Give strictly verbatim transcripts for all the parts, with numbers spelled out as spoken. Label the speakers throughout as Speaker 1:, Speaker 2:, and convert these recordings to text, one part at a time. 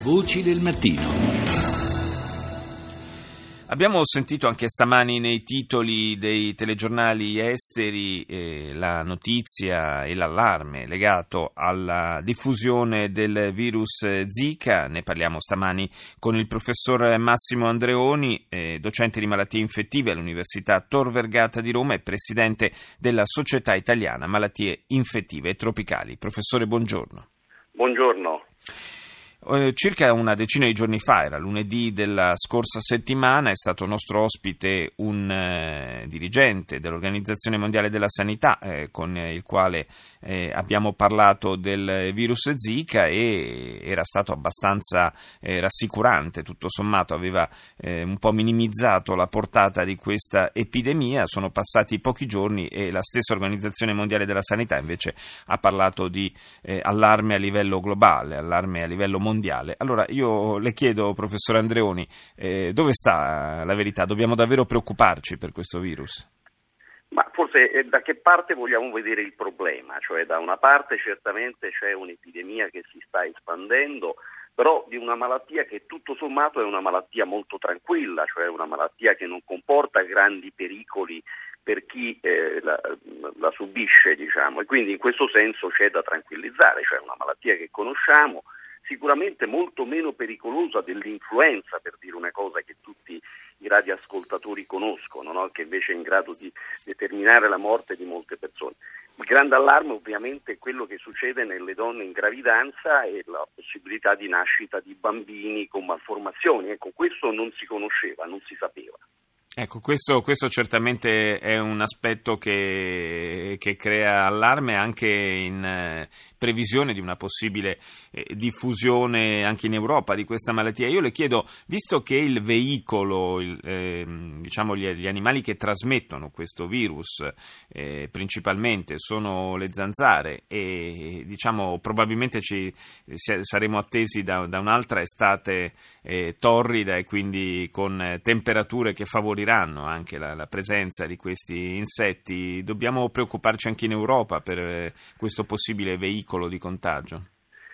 Speaker 1: Voci del mattino. Abbiamo sentito anche stamani nei titoli dei telegiornali esteri eh, la notizia e l'allarme legato alla diffusione del virus Zika. Ne parliamo stamani con il professor Massimo Andreoni, eh, docente di malattie infettive all'Università Tor Vergata di Roma e presidente della Società Italiana Malattie Infettive e Tropicali. Professore, buongiorno.
Speaker 2: Buongiorno.
Speaker 1: Circa una decina di giorni fa, era lunedì della scorsa settimana, è stato nostro ospite un eh, dirigente dell'Organizzazione Mondiale della Sanità eh, con il quale eh, abbiamo parlato del virus Zika e era stato abbastanza eh, rassicurante, tutto sommato aveva eh, un po' minimizzato la portata di questa epidemia. Sono passati pochi giorni e la stessa Organizzazione Mondiale della Sanità invece ha parlato di eh, allarme a livello globale, allarme a livello mondiale. mondiale. Allora io le chiedo, professor Andreoni, eh, dove sta la verità? Dobbiamo davvero preoccuparci per questo virus?
Speaker 2: Ma forse eh, da che parte vogliamo vedere il problema? Cioè, da una parte certamente c'è un'epidemia che si sta espandendo, però di una malattia che tutto sommato è una malattia molto tranquilla, cioè una malattia che non comporta grandi pericoli per chi eh, la, la subisce, diciamo, e quindi in questo senso c'è da tranquillizzare, cioè una malattia che conosciamo, sicuramente molto meno pericolosa dell'influenza, per dire una cosa che tutti i radioascoltatori conoscono, no? Che invece è in grado di determinare la morte di molte persone. Il grande allarme ovviamente è quello che succede nelle donne in gravidanza e la possibilità di nascita di bambini con malformazioni. Ecco, questo non si conosceva, non si sapeva.
Speaker 1: Ecco, questo, questo certamente è un aspetto che, che crea allarme anche in eh, previsione di una possibile eh, diffusione anche in Europa di questa malattia. Io le chiedo, visto che il veicolo, il, eh, diciamo gli, gli animali che trasmettono questo virus eh, principalmente sono le zanzare e diciamo probabilmente ci saremo attesi da, da un'altra estate eh, torrida e quindi con eh, temperature che favoriranno anche la, la presenza di questi insetti, dobbiamo preoccuparci anche in Europa per eh, questo possibile veicolo di contagio?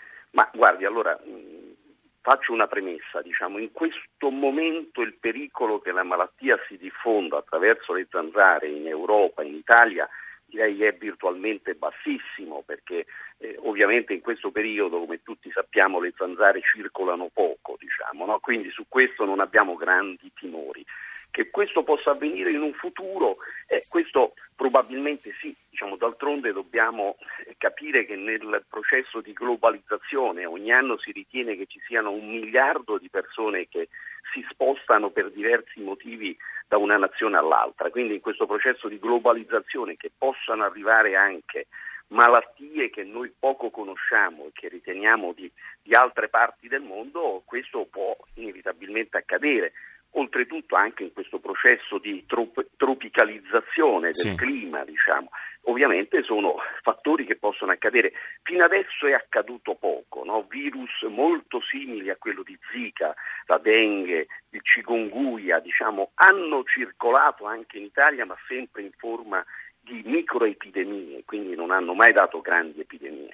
Speaker 2: Ma guardi, allora mh, faccio una premessa, diciamo, in questo momento il pericolo che la malattia si diffonda attraverso le zanzare in Europa, in Italia, direi è virtualmente bassissimo, perché eh, ovviamente in questo periodo, come tutti sappiamo, le zanzare circolano poco, diciamo, no? Quindi su questo non abbiamo grandi timori. Che questo possa avvenire in un futuro, eh, questo probabilmente sì, diciamo, d'altronde dobbiamo capire che nel processo di globalizzazione ogni anno si ritiene che ci siano un miliardo di persone che si spostano per diversi motivi da una nazione all'altra, quindi in questo processo di globalizzazione che possano arrivare anche malattie che noi poco conosciamo e che riteniamo di, di altre parti del mondo, questo può inevitabilmente accadere. Oltretutto anche in questo processo di trop- tropicalizzazione del
Speaker 1: sì.
Speaker 2: clima, diciamo, ovviamente sono fattori che possono accadere. Fino adesso è accaduto poco, no? Virus molto simili a quello di Zika, la dengue, il chikungunya, diciamo, hanno circolato anche in Italia, ma sempre in forma di microepidemie, quindi non hanno mai dato grandi epidemie.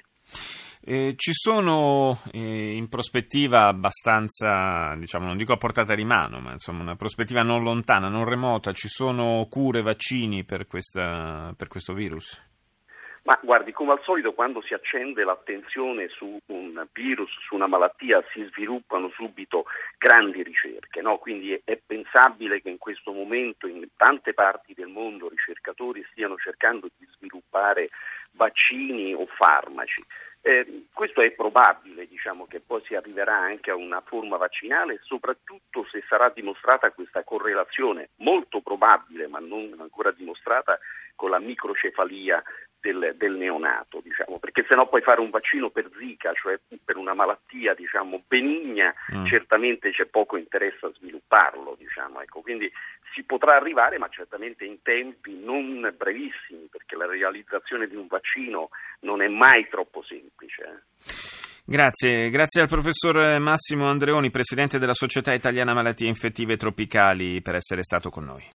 Speaker 1: Eh, ci sono eh, in prospettiva abbastanza, diciamo, non dico a portata di mano, ma insomma una prospettiva non lontana, non remota, ci sono cure, vaccini per questa, per questo virus?
Speaker 2: Ma guardi, come al solito quando si accende l'attenzione su un virus, su una malattia, si sviluppano subito grandi ricerche, no? Quindi è, è pensabile che in questo momento in tante parti del mondo ricercatori stiano cercando di sviluppare vaccini o farmaci. Eh, questo è probabile, diciamo, che poi si arriverà anche a una forma vaccinale, soprattutto se sarà dimostrata questa correlazione, molto probabile ma non ancora dimostrata, con la microcefalia del, del neonato, diciamo, perché sennò poi fare un vaccino per Zika, cioè per una malattia, diciamo, benigna, mm. certamente c'è poco interesse a svilupparlo, diciamo, ecco, quindi si potrà arrivare, ma certamente in tempi non brevissimi, perché la realizzazione di un vaccino non è mai troppo semplice.
Speaker 1: Grazie, grazie al professor Massimo Andreoni, presidente della Società Italiana Malattie Infettive e Tropicali, per essere stato con noi.